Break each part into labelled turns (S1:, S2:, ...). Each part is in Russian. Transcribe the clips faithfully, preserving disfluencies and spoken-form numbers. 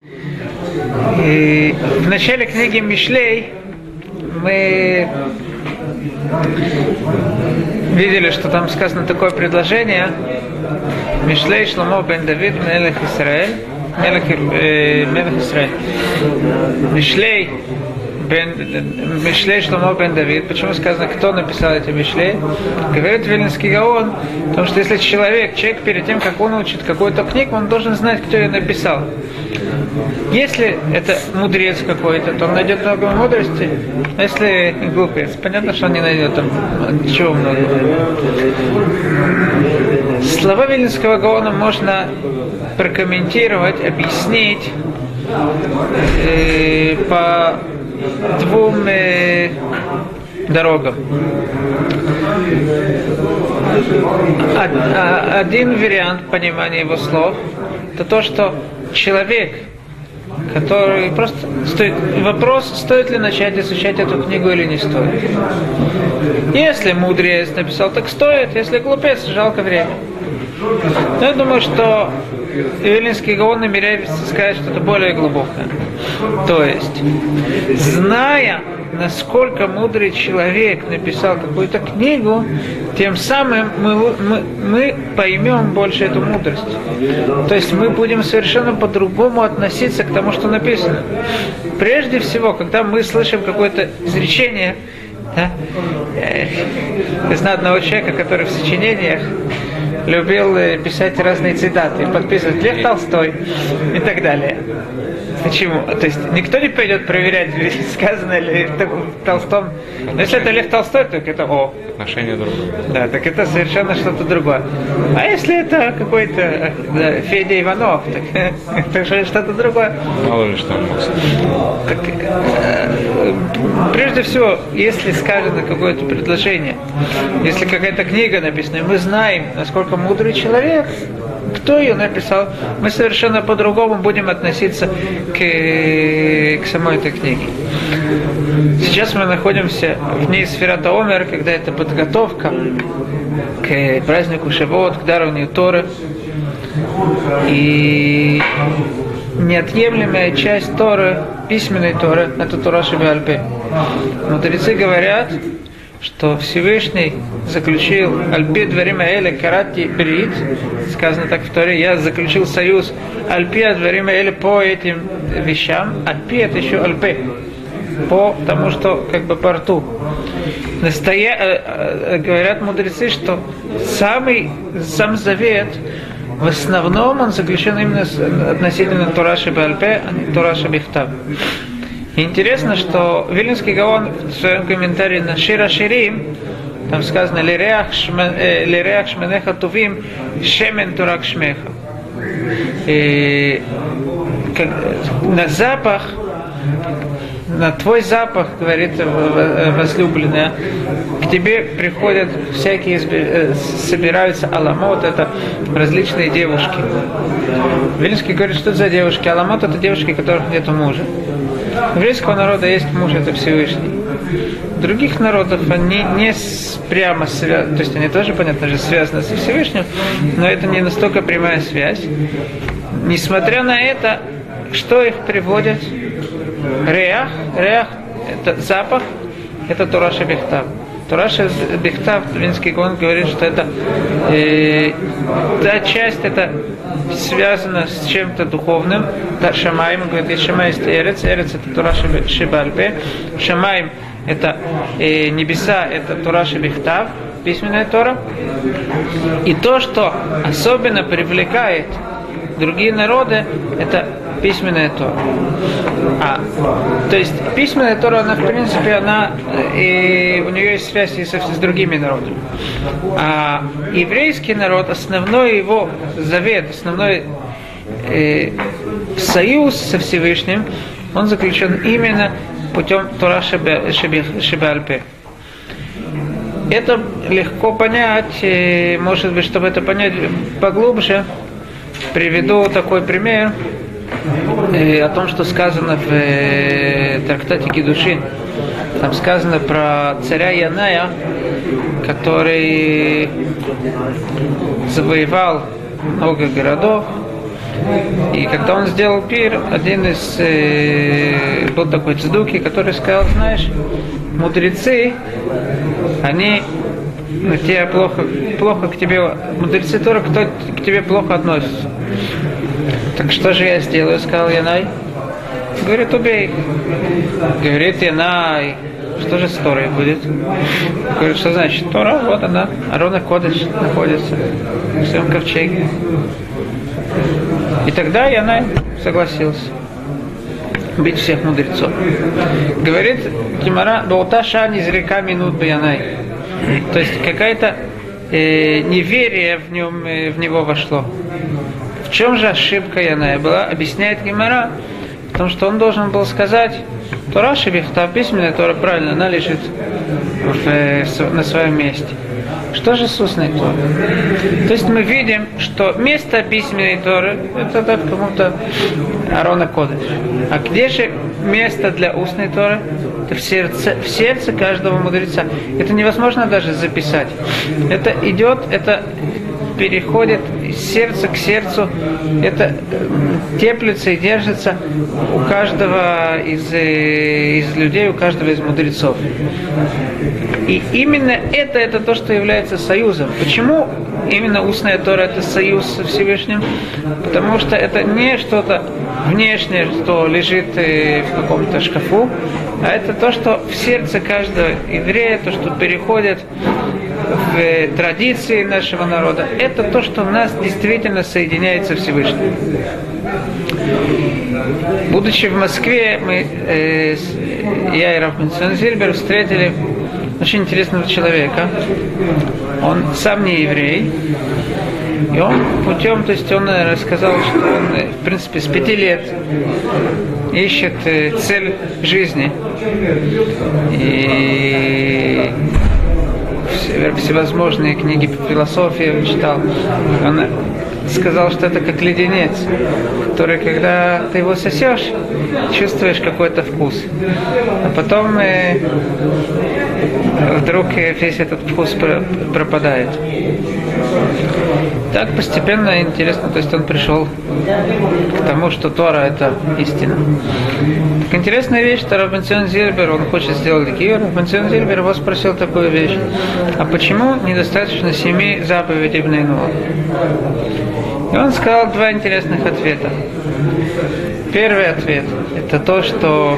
S1: И в начале книги Мишлей мы видели, что там сказано такое предложение: Мишлей Шломо бен Давид Мелех Исраэль, Мелех э, Мелех Исраэль. Мишлей бен Мишлей Шломо бен Давид. Почему сказано, кто написал эти Мишлей? Говорит Вильнинский Гаон, потому что если человек, человек перед тем, как он учит какую-то книгу, он должен знать, кто ее написал. Если это мудрец какой-то, то он найдет много мудрости. А если глупец, понятно, что он не найдет там чего много. Слова Вильнинского Гаона можно прокомментировать, объяснить э, по двум э, дорогам. Один вариант понимания его слов — это то, что человек, который просто стоит вопрос, стоит ли начать изучать эту книгу или не стоит. Если мудрец написал, так стоит, если глупец, жалко время. Но я думаю, что Вильнинский Гаон намеряется сказать что-то более глубокое. То есть, зная, насколько мудрый человек написал какую-то книгу, тем самым мы, мы, мы поймем больше эту мудрость. То есть мы будем совершенно по-другому относиться к тому, что написано. Прежде всего, когда мы слышим какое-то изречение, да, я знаю одного человека, который в сочинениях любил писать разные цитаты, подписывать Лев Толстой и так далее. Почему? То есть никто не пойдет проверять, сказано ли в Толстом. Но если это Лев Толстой, то это о.
S2: Отношение другое.
S1: Да, так это совершенно что-то другое. А если это какой-то да, Федя Иванов, так это что-то другое.
S2: Мало ли что он мог сказать.
S1: Так, э, прежде всего, если сказано какое-то предложение, если какая-то книга написана, мы знаем, насколько мудрый человек, кто ее написал, мы совершенно по-другому будем относиться к, к самой этой книге. Сейчас мы находимся в дни Сфират ха-Омер, когда это подготовка к празднику Шавуот, к дарованию Торы. И неотъемлемая часть Торы, письменной Торы, это Тора Шебеаль-Пе. Мудрецы говорят, что Всевышний заключил Альпи Дварим Аэле Карати Брит, сказано так в Торе, я заключил союз Альпи Дварим Аэле по этим вещам. Альпи это еще Альпе, по тому, что как бы по рту. Настоя... э, э, говорят мудрецы, что самый сам завет в основном он заключен именно относительно Тора Шебеаль-Пе, а не Тора Шебехтав. Интересно, что Вильнинский Гаон в своем комментарии на Шир ха-Ширим, там сказано «Лиреах шменеха тувим шемен турак шмеха». И как, на запах, на твой запах, говорит возлюбленная, к тебе приходят всякие, собираются аламот, это различные девушки. Вильнинский говорит, что это за девушки? Аламот — это девушки, у которых нет мужа. У еврейского народа есть муж, это Всевышний. У других народов они не прямо связаны, то есть они тоже, понятно же, связаны со Всевышним, но это не настолько прямая связь. Несмотря на это, что их приводит? Реах, реах – это запах, это Тора Шебехтав. Тора Шебехтав, Вильнинский Гаон говорит, что это э, та часть, это связано с чем-то духовным. Шамаим, говорит, Шамай есть Эрец, Эрец это Тора Шебеаль-Пе, Шамаим это э, небеса, это Тора Шебехтав, письменная Тора. И то, что особенно привлекает другие народы, это письменная Тора. А, то есть письменная Тора, она в принципе, она, и у нее есть связь и со, с другими народами. А еврейский народ, основной его завет, основной э, союз со Всевышним, он заключен именно путем Тора Шебеаль-Пе. Это легко понять, э, может быть, чтобы это понять поглубже, приведу такой пример э, о том, что сказано в э, трактате Кидушин. Там сказано про царя Яная, который завоевал много городов, И когда он сделал пир, один из э, был такой цдуки, который сказал, знаешь, мудрецы, они ну, тебе плохо, плохо к тебе, мудрецы Торы, кто к тебе плохо относится. Так что же я сделаю, сказал Янай. Говорит, убей. Говорит, Янай, что же с Торой будет? Говорит, что значит? Тора, вот она, Арон ха-Кодеш находится в своем ковчеге. И тогда Янай согласился бить всех мудрецов. Говорит Гемара, Баута Шани зрека минут Янай. То есть какая-то э, неверие в нем, э, в него вошло. В чем же ошибка Яная была? Объясняет Гемара, потому что он должен был сказать, Тора шебихта, письменная Тора, правильно, она лежит в, э, на своем месте. Что же с устной Торой? То есть мы видим, что место письменной Торы это да, кому-то Арон ха-Кодеш. А где же место для устной Торы? Это в сердце, в сердце каждого мудреца. Это невозможно даже записать. Это идет, это переходит из сердца к сердцу, это теплится и держится у каждого из, из людей, у каждого из мудрецов. И именно это, это то, что является союзом. Почему именно устная Тора это союз со Всевышним? Потому что это не что-то внешнее, что лежит в каком-то шкафу, а это то, что в сердце каждого еврея, то, что переходит в традиции нашего народа, это то, что нас действительно соединяет со Всевышним. Будучи в Москве, мы, э, я и Рав Бенцион Зильбер встретили очень интересного человека. Он сам не еврей. И он путем, то есть он рассказал, что он, в принципе, с пяти лет ищет цель жизни. И всевозможные книги по философии он читал. Он сказал, что это как леденец, который, когда ты его сосешь, чувствуешь какой-то вкус. А потом э, вдруг весь этот вкус пропадает. Так постепенно интересно, то есть он пришел к тому, что Тора это истина. Так интересная вещь, что Рав Бенцион Зильбер, он хочет сделать гиюр. Рав Бенцион Зильбер его спросил такую вещь: а почему недостаточно семи заповедей Бней Ноах? И он сказал два интересных ответа. Первый ответ это то, что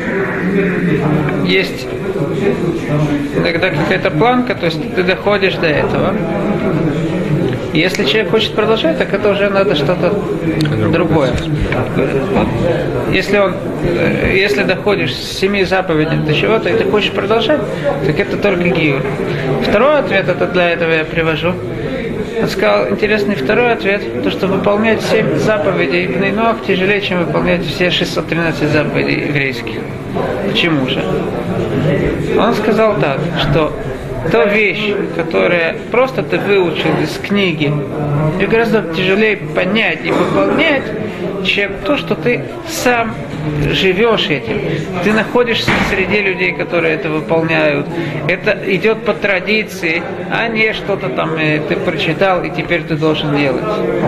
S1: есть иногда какая-то планка, то есть ты доходишь до этого. И если человек хочет продолжать, так это уже надо что-то другое. Если он, если доходишь с семи заповедей до чего-то, и ты хочешь продолжать, так это только гиюр. Второй ответ, это для этого я привожу. Он сказал, интересный второй ответ, то, что выполнять семь заповедей Бней Ноах тяжелее, чем выполнять все шестьсот тринадцать заповедей еврейских. Почему же? Он сказал так, что та вещь, которая просто ты выучил из книги, ее гораздо тяжелее понять и выполнять, чем то, что ты сам живешь этим. Ты находишься среди людей, которые это выполняют. Это идет по традиции, а не что-то там э, ты прочитал и теперь ты должен делать.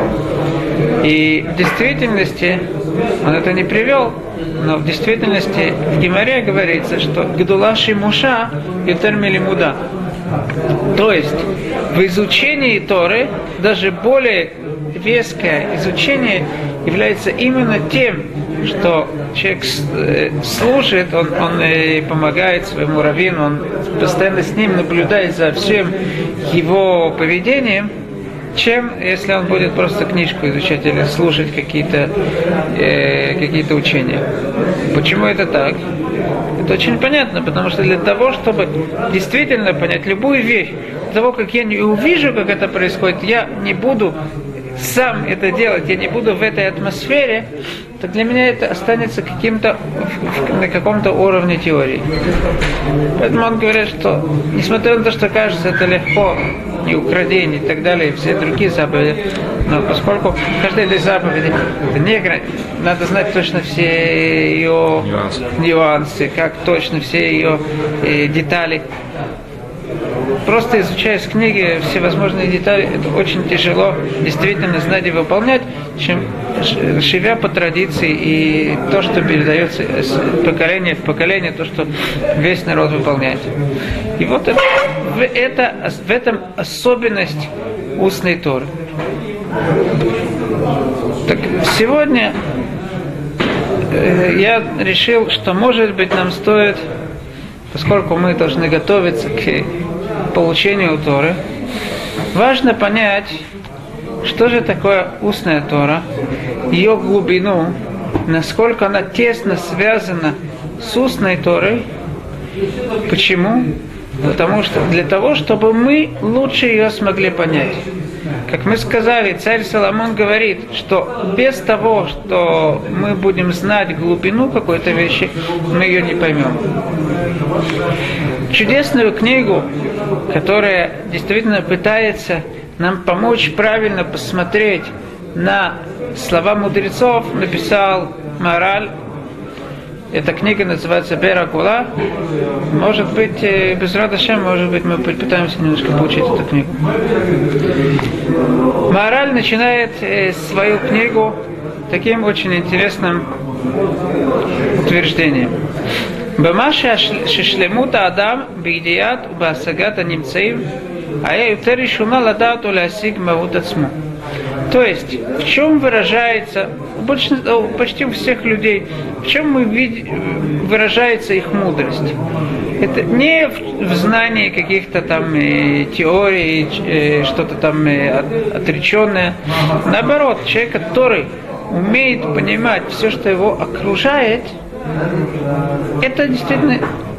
S1: И в действительности, он это не привел, но в действительности в Гемаре говорится, что гдула шимуша ютер милимуда. То есть в изучении Торы даже более веское изучение является именно тем, что человек служит, он, он помогает своему раввину, он постоянно с ним наблюдает за всем его поведением, чем если он будет просто книжку изучать или слушать какие-то, э, какие-то учения. Почему это так? Это очень понятно, потому что для того, чтобы действительно понять любую вещь, для того, как я не увижу, как это происходит, я не буду сам это делать, я не буду в этой атмосфере, то для меня это останется каким-то, на каком-то уровне теории. Поэтому он говорит, что несмотря на то, что кажется это легко, и украдение и так далее, и все другие заповеди, но поскольку каждая из заповедей, это не, надо знать точно все ее нюансы, нюансы как точно все ее э, детали. Просто изучая с книги всевозможные детали, это очень тяжело действительно знать и выполнять, чем живя по традиции, и то, что передается из поколения в поколение, то, что весь народ выполняет. И вот это, это, в этом особенность устной Торы. Так сегодня э, я решил, что, может быть, нам стоит, поскольку мы должны готовиться к получению Торы, важно понять, что же такое устная Тора, ее глубину, насколько она тесно связана с устной Торой. Почему? Потому что для того, чтобы мы лучше ее смогли понять. Как мы сказали, царь Соломон говорит, что без того, что мы будем знать глубину какой-то вещи, мы ее не поймем. Чудесную книгу, которая действительно пытается нам помочь правильно посмотреть на слова мудрецов, написал Маораль. Эта книга называется Беэр ха-Гвула. Может быть, без радости, может быть, мы попытаемся немножко получить эту книгу. Маораль начинает свою книгу таким очень интересным утверждением. Бема шешлемута адам биидият убасагата нимцаим, а я ютер ишуна ладат улясиг маут ацму. То есть, в чем выражается, у большинства, почти у всех людей, в чем мы видим, выражается их мудрость? Это не в, в знании каких-то там э, теорий, э, что-то там э, от, отреченное. Наоборот, человек, который умеет понимать все, что его окружает, это действительно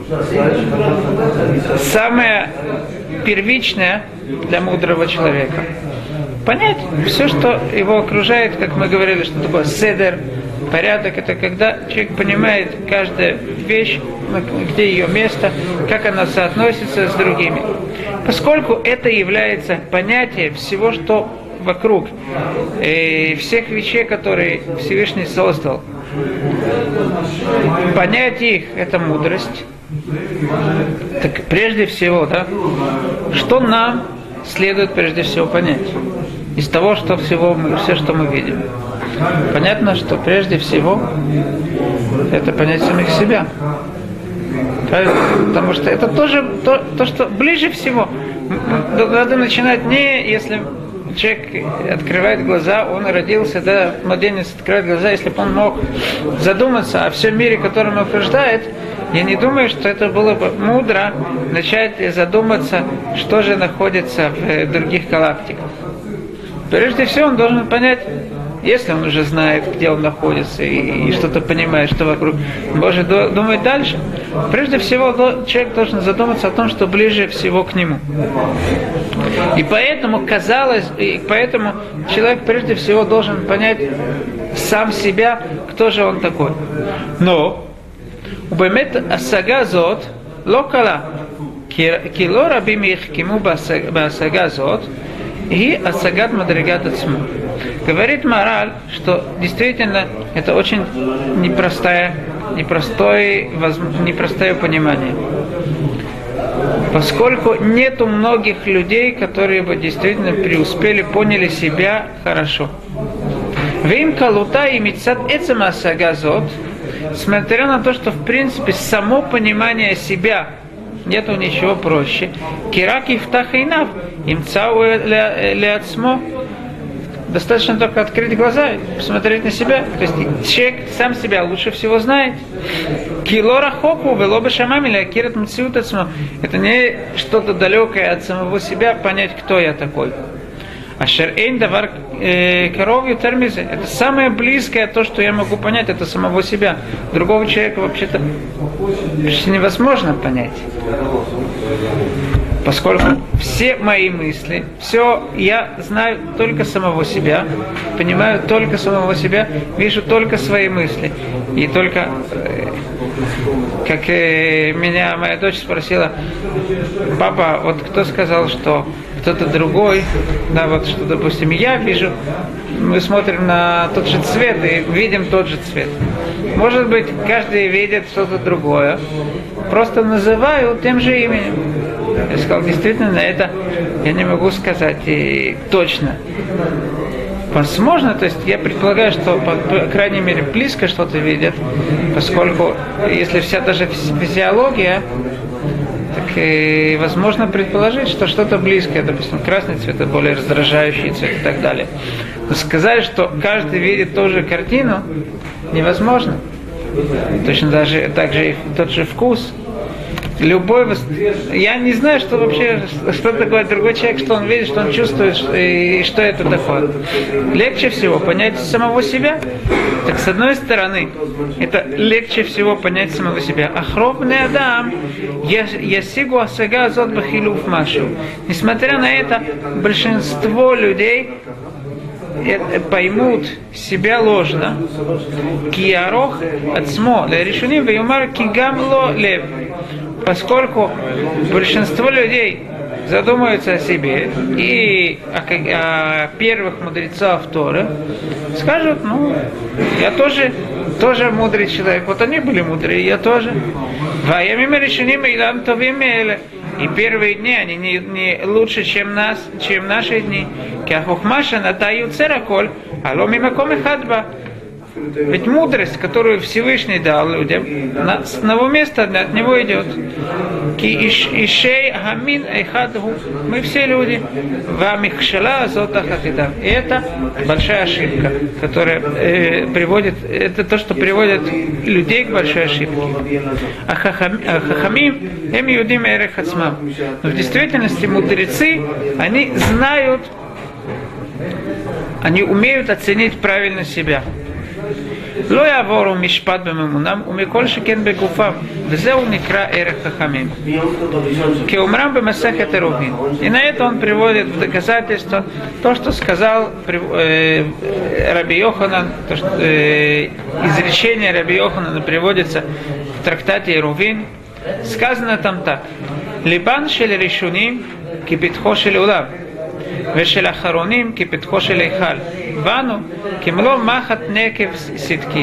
S1: самое первичное для мудрого человека. Понять все, что его окружает, как мы говорили, что такое седер, порядок, это когда человек понимает каждую вещь, где ее место, как она соотносится с другими. Поскольку это является понятие всего, что вокруг, и всех вещей, которые Всевышний создал, понять их – это мудрость. Так прежде всего, да, что нам следует прежде всего понять из того, что всего мы, все, что мы видим? Понятно, что прежде всего это понять самих себя. Потому что это тоже то, то что ближе всего. Надо начинать не если человек открывает глаза, он родился, да, младенец открывает глаза, если бы он мог задуматься о всем мире, который его окружает, я не думаю, что это было бы мудро начать задуматься, что же находится в других галактиках. Прежде всего он должен понять, если он уже знает, где он находится и, и что-то понимает, что вокруг, он может думать дальше. Прежде всего человек должен задуматься о том, что ближе всего к нему. И поэтому казалось, и поэтому человек прежде всего должен понять сам себя, кто же он такой. Но убемет асага зот локала кило рабим ихкиму басага зот и асагат мадригат ацму. Говорит Маораль, что действительно это очень непростое, непростое, непростое понимание. Поскольку нету многих людей, которые бы действительно преуспели, поняли себя хорошо. Вим калута и мицат эцема асагазот, смотря на то, что в принципе само понимание себя нету ничего проще. Кираки втахайнав имцау леацмо. Достаточно только открыть глаза и посмотреть на себя. То есть человек сам себя лучше всего знает. Килора хоку велоба шамами лякират мциут ацмо. Это не что-то далекое от самого себя, понять, кто я такой. А шерэйн давар коровью термизе. Это самое близкое то, что я могу понять, это самого себя. Другого человека вообще-то почти невозможно понять. Поскольку все мои мысли, все я знаю только самого себя, понимаю только самого себя, вижу только свои мысли. И только, как меня моя дочь спросила, папа, вот кто сказал, что кто-то другой, да, вот что, допустим, я вижу, мы смотрим на тот же цвет и видим тот же цвет. Может быть, каждый видит что-то другое, просто называю тем же именем. Я сказал, действительно, на это я не могу сказать и точно. Возможно, то есть я предполагаю, что по, по крайней мере близко что-то видят, поскольку если вся даже физиология, так и возможно предположить, что что-то близкое, допустим, красный цвет, это более раздражающий цвет и так далее. Но сказать, что каждый видит ту же картину, невозможно. Точно даже так же и тот же вкус. Любой, я не знаю, что вообще, что такое другой человек, что он видит, что он чувствует, и что это такое. Легче всего понять самого себя. Так с одной стороны, это легче всего понять самого себя. Ахробный Адам, ясигу асага азот бахилуф машу. Несмотря на это, большинство людей поймут себя ложно. Киарох отсмо для решения веймар кигамло лев. Поскольку большинство людей задумаются о себе и о, о первых мудрецах Торы, скажут, ну, я тоже, тоже мудрый человек. Вот они были мудрые, я тоже. И первые дни, они не, не лучше, чем нас, чем наши дни. Ведь мудрость, которую Всевышний дал людям, с одного места от него идет. Мы все люди. И это большая ошибка, которая э, приводит, это то, что приводит людей к большой ошибке. А хахамим, эм юдим эрех ацмам. Но в действительности мудрецы, они знают, они умеют оценить правильно себя. לא יעבורו משפט בממונם ומכל שכן בגופם וזהו נקרא ערך חכמים כאומרם במסכת עירובין. И на это он приводит в доказательство то, что сказал э, Раби Йоханан, то, что, э, изречение Раби Йоханана приводится в трактате Ирувин. Сказано там так: либан шель решуним кипитхо шель улам ושל אחרונים כפתחו של היכל ואנו כמלוא מחט נקב ситкит.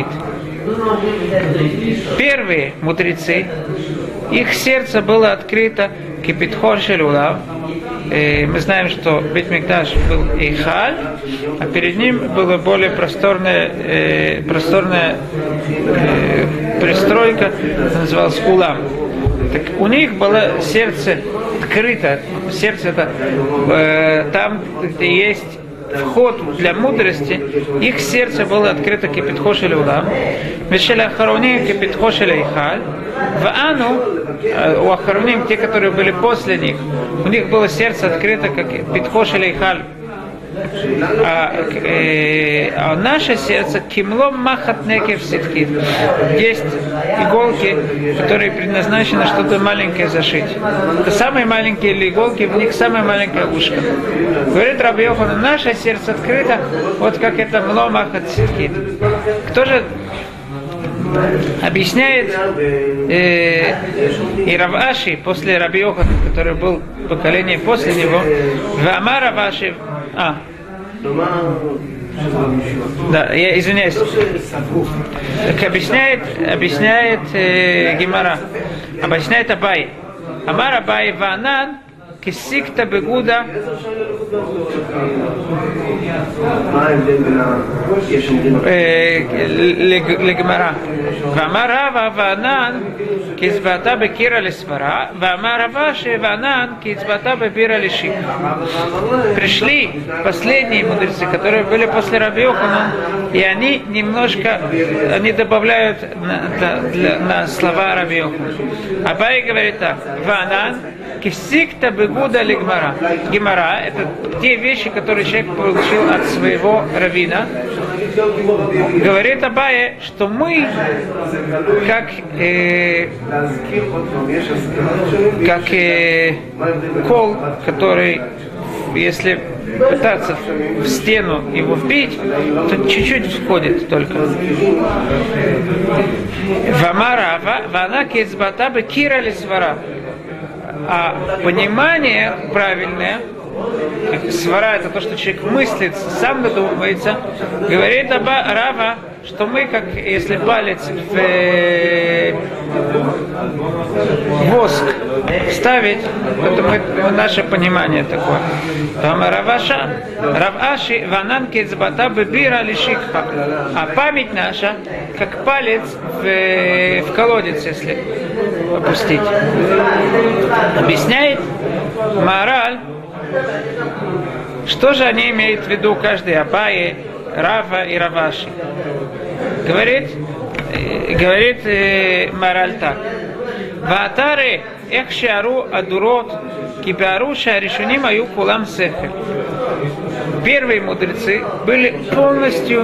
S1: Первые мудрецы, их сердце было открыто кипитхо шель улам. Мы знаем, что Бейт Микдаш был Эйхаль, а перед ним была более просторная, э, просторная э, пристройка, называлась Улам. Так у них было сердце открыто, сердце это э, там, где есть вход для мудрости, их сердце было открыто кипитхо шель улам, вешель ахароним кипитхо шель эйхаль, ваану, у ахароним, те, которые были после них, у них было сердце открыто как кипитхо шель эйхаль, а, э, а наше сердце кимлом махат некев ситкит. Есть иголки, которые предназначены что-то маленькое зашить. Это самые маленькие иголки, в них самое маленькое ушко. Говорит Раби Йоханан, наше сердце открыто, вот как это мло махат ситкит. Кто же объясняет э, и Рав Аши после Раби Йоханана, который был поколение после него, Вама Рав Аши, а, да, я извиняюсь. Так объясняет, объясняет э, Гемара, объясняет Абай. Амар Абай Ванан кисикта бегуда. לגמרא. ואמר רבא וענן כי הצבעתה בקירה לסברה, ואמר רבא וענן כי הצבעתה בבירה לשיק. Пришли последние мудрецы, которые были после Раби Йоханана, и они немножко, они добавляют на, для, на слова Раби Йоханана. Абай говорит так: Ванан кисикта бегуда легмара. Гемара — это те вещи, которые человек получил от своего раввина. Говорит Абай, что мы как э, как э, кол, который, если пытаться в стену его вбить, то чуть-чуть входит только. Вамарава вана кецбата бы кира лисвара. А понимание правильное, свара — это то, что человек мыслит, сам додумывается, говорит Аба Рава, что мы, как если палец в э, воск ставить, это мы, наше понимание такое. Там Раваша, Раваши, Ванан Кецбата Бебира Лишикха. А память наша, как палец в, в колодец, если опустить. Объясняет Маораль, что же они имеют в виду, каждый Абай, Рава и Раваши. Говорит, э, говорит э, Маораль так. Ваатары эх шиару адурот кибиару шаришуним аю кулам сехель. Первые мудрецы были полностью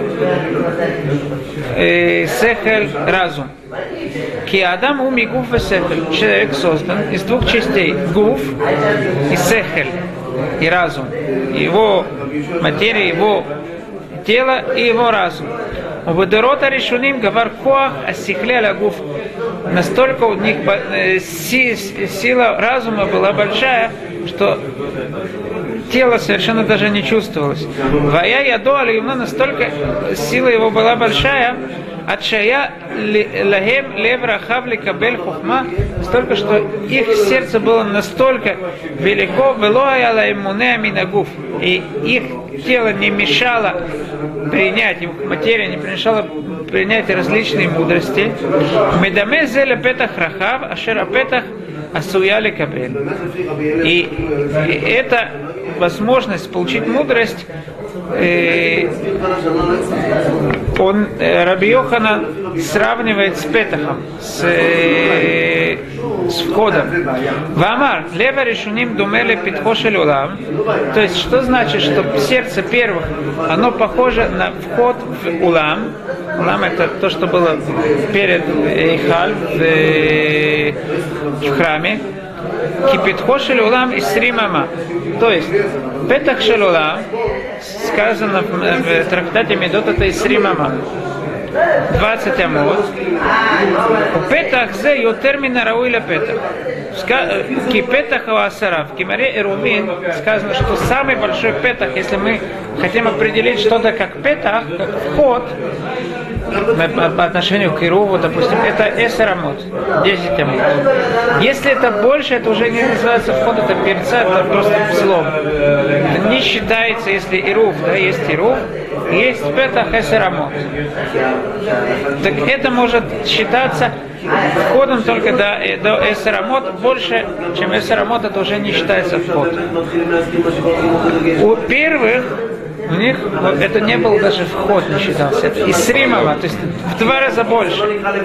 S1: э, сехель, разум. Ки адам уми гуф и сехель. Человек создан из двух частей. Гуф и сехель. И разум. Его материя, его тело и его разум. У Бадерота решуним гавар коах асихле лагуф. Настолько у них сила разума была большая, что тело совершенно даже не чувствовалось. Вая ядо алиюна, настолько сила его была большая, отшая лагем лев рахав ликабель хухма, столько, что их сердце было настолько велико, велоя лаимуне аминагуф, и их тело не мешало принять, их материя не мешала принять различные мудрости. Медаме зеле петах рахав, ашера петах асуя ликабель. И это возможность получить мудрость, э, он, э, Раби Йоханан сравнивает с Петахом, с, э, с входом. Вамар, лева решуним думели питхошель улам. То есть, что значит, что сердце первых, оно похоже на вход в улам. Улам — это то, что было перед Эйхаль, в, э, в храме. Кипитхошель улам из Римама. То есть, Петах шелулам, сказано в, в трактате Медот, это из Римама. двадцать амот. У Петах зе ю термина рауиля Петах. Ки Петах асара. В Гемаре Эрумин сказано, что самый большой Петах, если мы хотим определить что-то как Петах, как вход, по отношению к Ируву, допустим, это эсер амот, десять амот. Если это больше, это уже не называется вход, это перца, это просто взлом. Это не считается, если Ирув, да, есть Ирув, есть Петах эсер амот. Так это может считаться входом только до, до эсер амот, больше, чем эсер амот, это уже не считается вход. У первых у них вот, это не был даже вход, не считался. Это из Римова, то есть в два раза больше.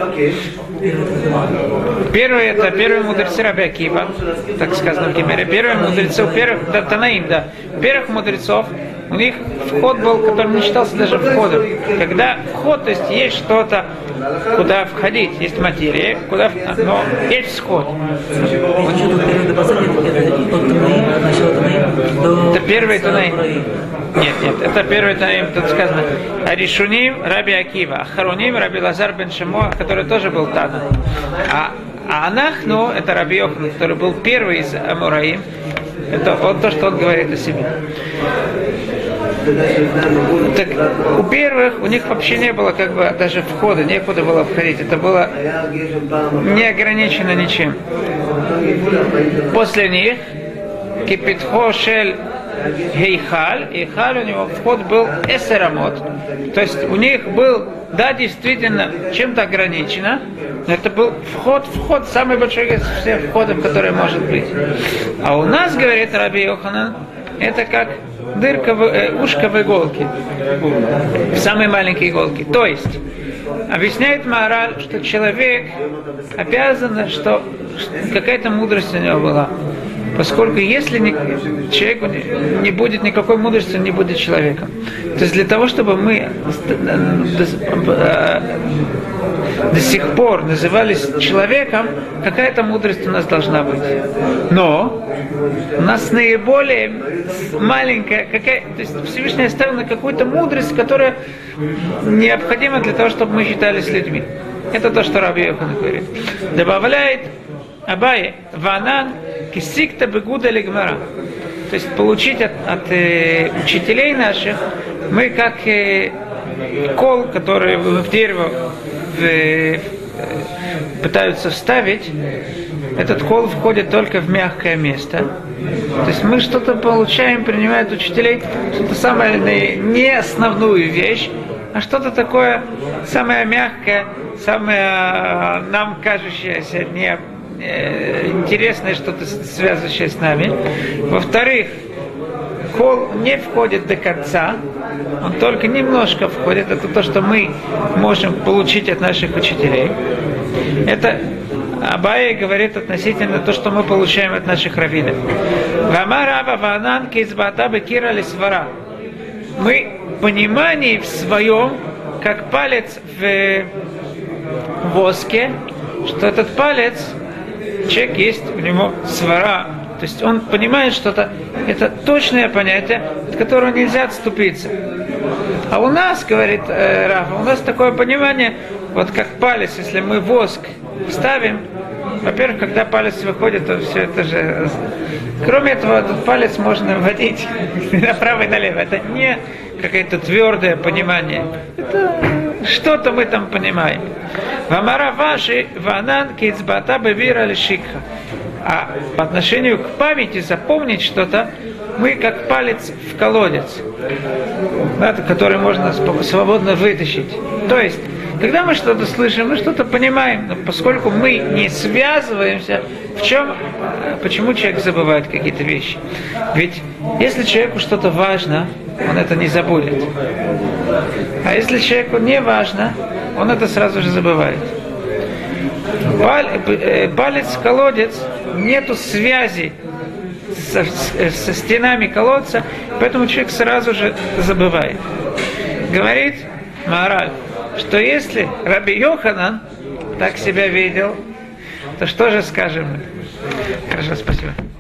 S1: Первые это первые мудрецы Раби Акива, так сказано в Гемаре. Первые мудрецы, у первых, да, Танаим, да, у первых мудрецов у них вход был, который не считался даже входом. Когда вход, то есть есть что-то, куда входить, есть материя, куда, но есть всход. Это первый Танаим. Нет, нет, это первый Танаим, тут сказано Аришуним Раби Акива, Ахаруним Раби Лазар бен Шимо, который тоже был Тана. А, а Анахну, это Раби Йохан, который был первый из Амураим, это вот то, что он говорит о себе. Так у первых, у них вообще не было как бы даже входа, некуда было входить, это было не ограничено ничем. После них Кипитхо Шель Гейхаль, Гейхаль у него вход был эсерамот, то есть у них был, да, действительно, чем-то ограничено, но это был вход, вход, самый большой из всех входов, который может быть. А у нас, говорит Раби Йоханан, это как дырка, в, э, ушко в иголке, в самой маленькой иголке. То есть, объясняет Маораль, что человек обязан, что какая-то мудрость у него была. Поскольку если не, человеку не, не будет никакой мудрости, он не будет человеком. То есть для того, чтобы мы до, до, до сих пор назывались человеком, какая-то мудрость у нас должна быть. Но у нас наиболее маленькая, какая, то есть Всевышний оставил на какую-то мудрость, которая необходима для того, чтобы мы считались людьми. Это то, что Раби Йохан говорит. Добавляет Абай, ванан, кисикта бегуда лигмара. То есть получить от, от э, учителей наших, мы как э, кол, который в дерево в, пытаются вставить, этот кол входит только в мягкое место. То есть мы что-то получаем, принимают учителей, что-то самое, не основную вещь, а что-то такое самое мягкое, самое нам кажущееся не, не интересное, что-то связывающее с нами. Во-вторых, кол не входит до конца, он только немножко входит. Это то, что мы можем получить от наших учителей. Это Абай говорит относительно то, что мы получаем от наших раввинов. Мы в понимании в своем, как палец в воске, что этот палец, человек есть, у него свара. То есть он понимает что-то, это точное понятие, от которого нельзя отступиться. А у нас, говорит э, Раф, у нас такое понимание, вот как палец, если мы воск ставим, во-первых, когда палец выходит, то все это же... Кроме этого, этот палец можно вводить направо и налево. Это не какое-то твердое понимание. Это что-то мы там понимаем. Вамара ваши ванан кицбата бевира лишикха. А по отношению к памяти запомнить что-то, мы как палец в колодец, да, который можно свободно вытащить. То есть, когда мы что-то слышим, мы что-то понимаем, но поскольку мы не связываемся, в чем, почему человек забывает какие-то вещи? Ведь если человеку что-то важно, он это не забудет. А если человеку не важно, он это сразу же забывает. Палец-колодец, нету связи со, со стенами колодца, поэтому человек сразу же забывает. Говорит Маораль, что если Раби Йоханан так себя видел, то что же скажем мы? Хорошо, спасибо.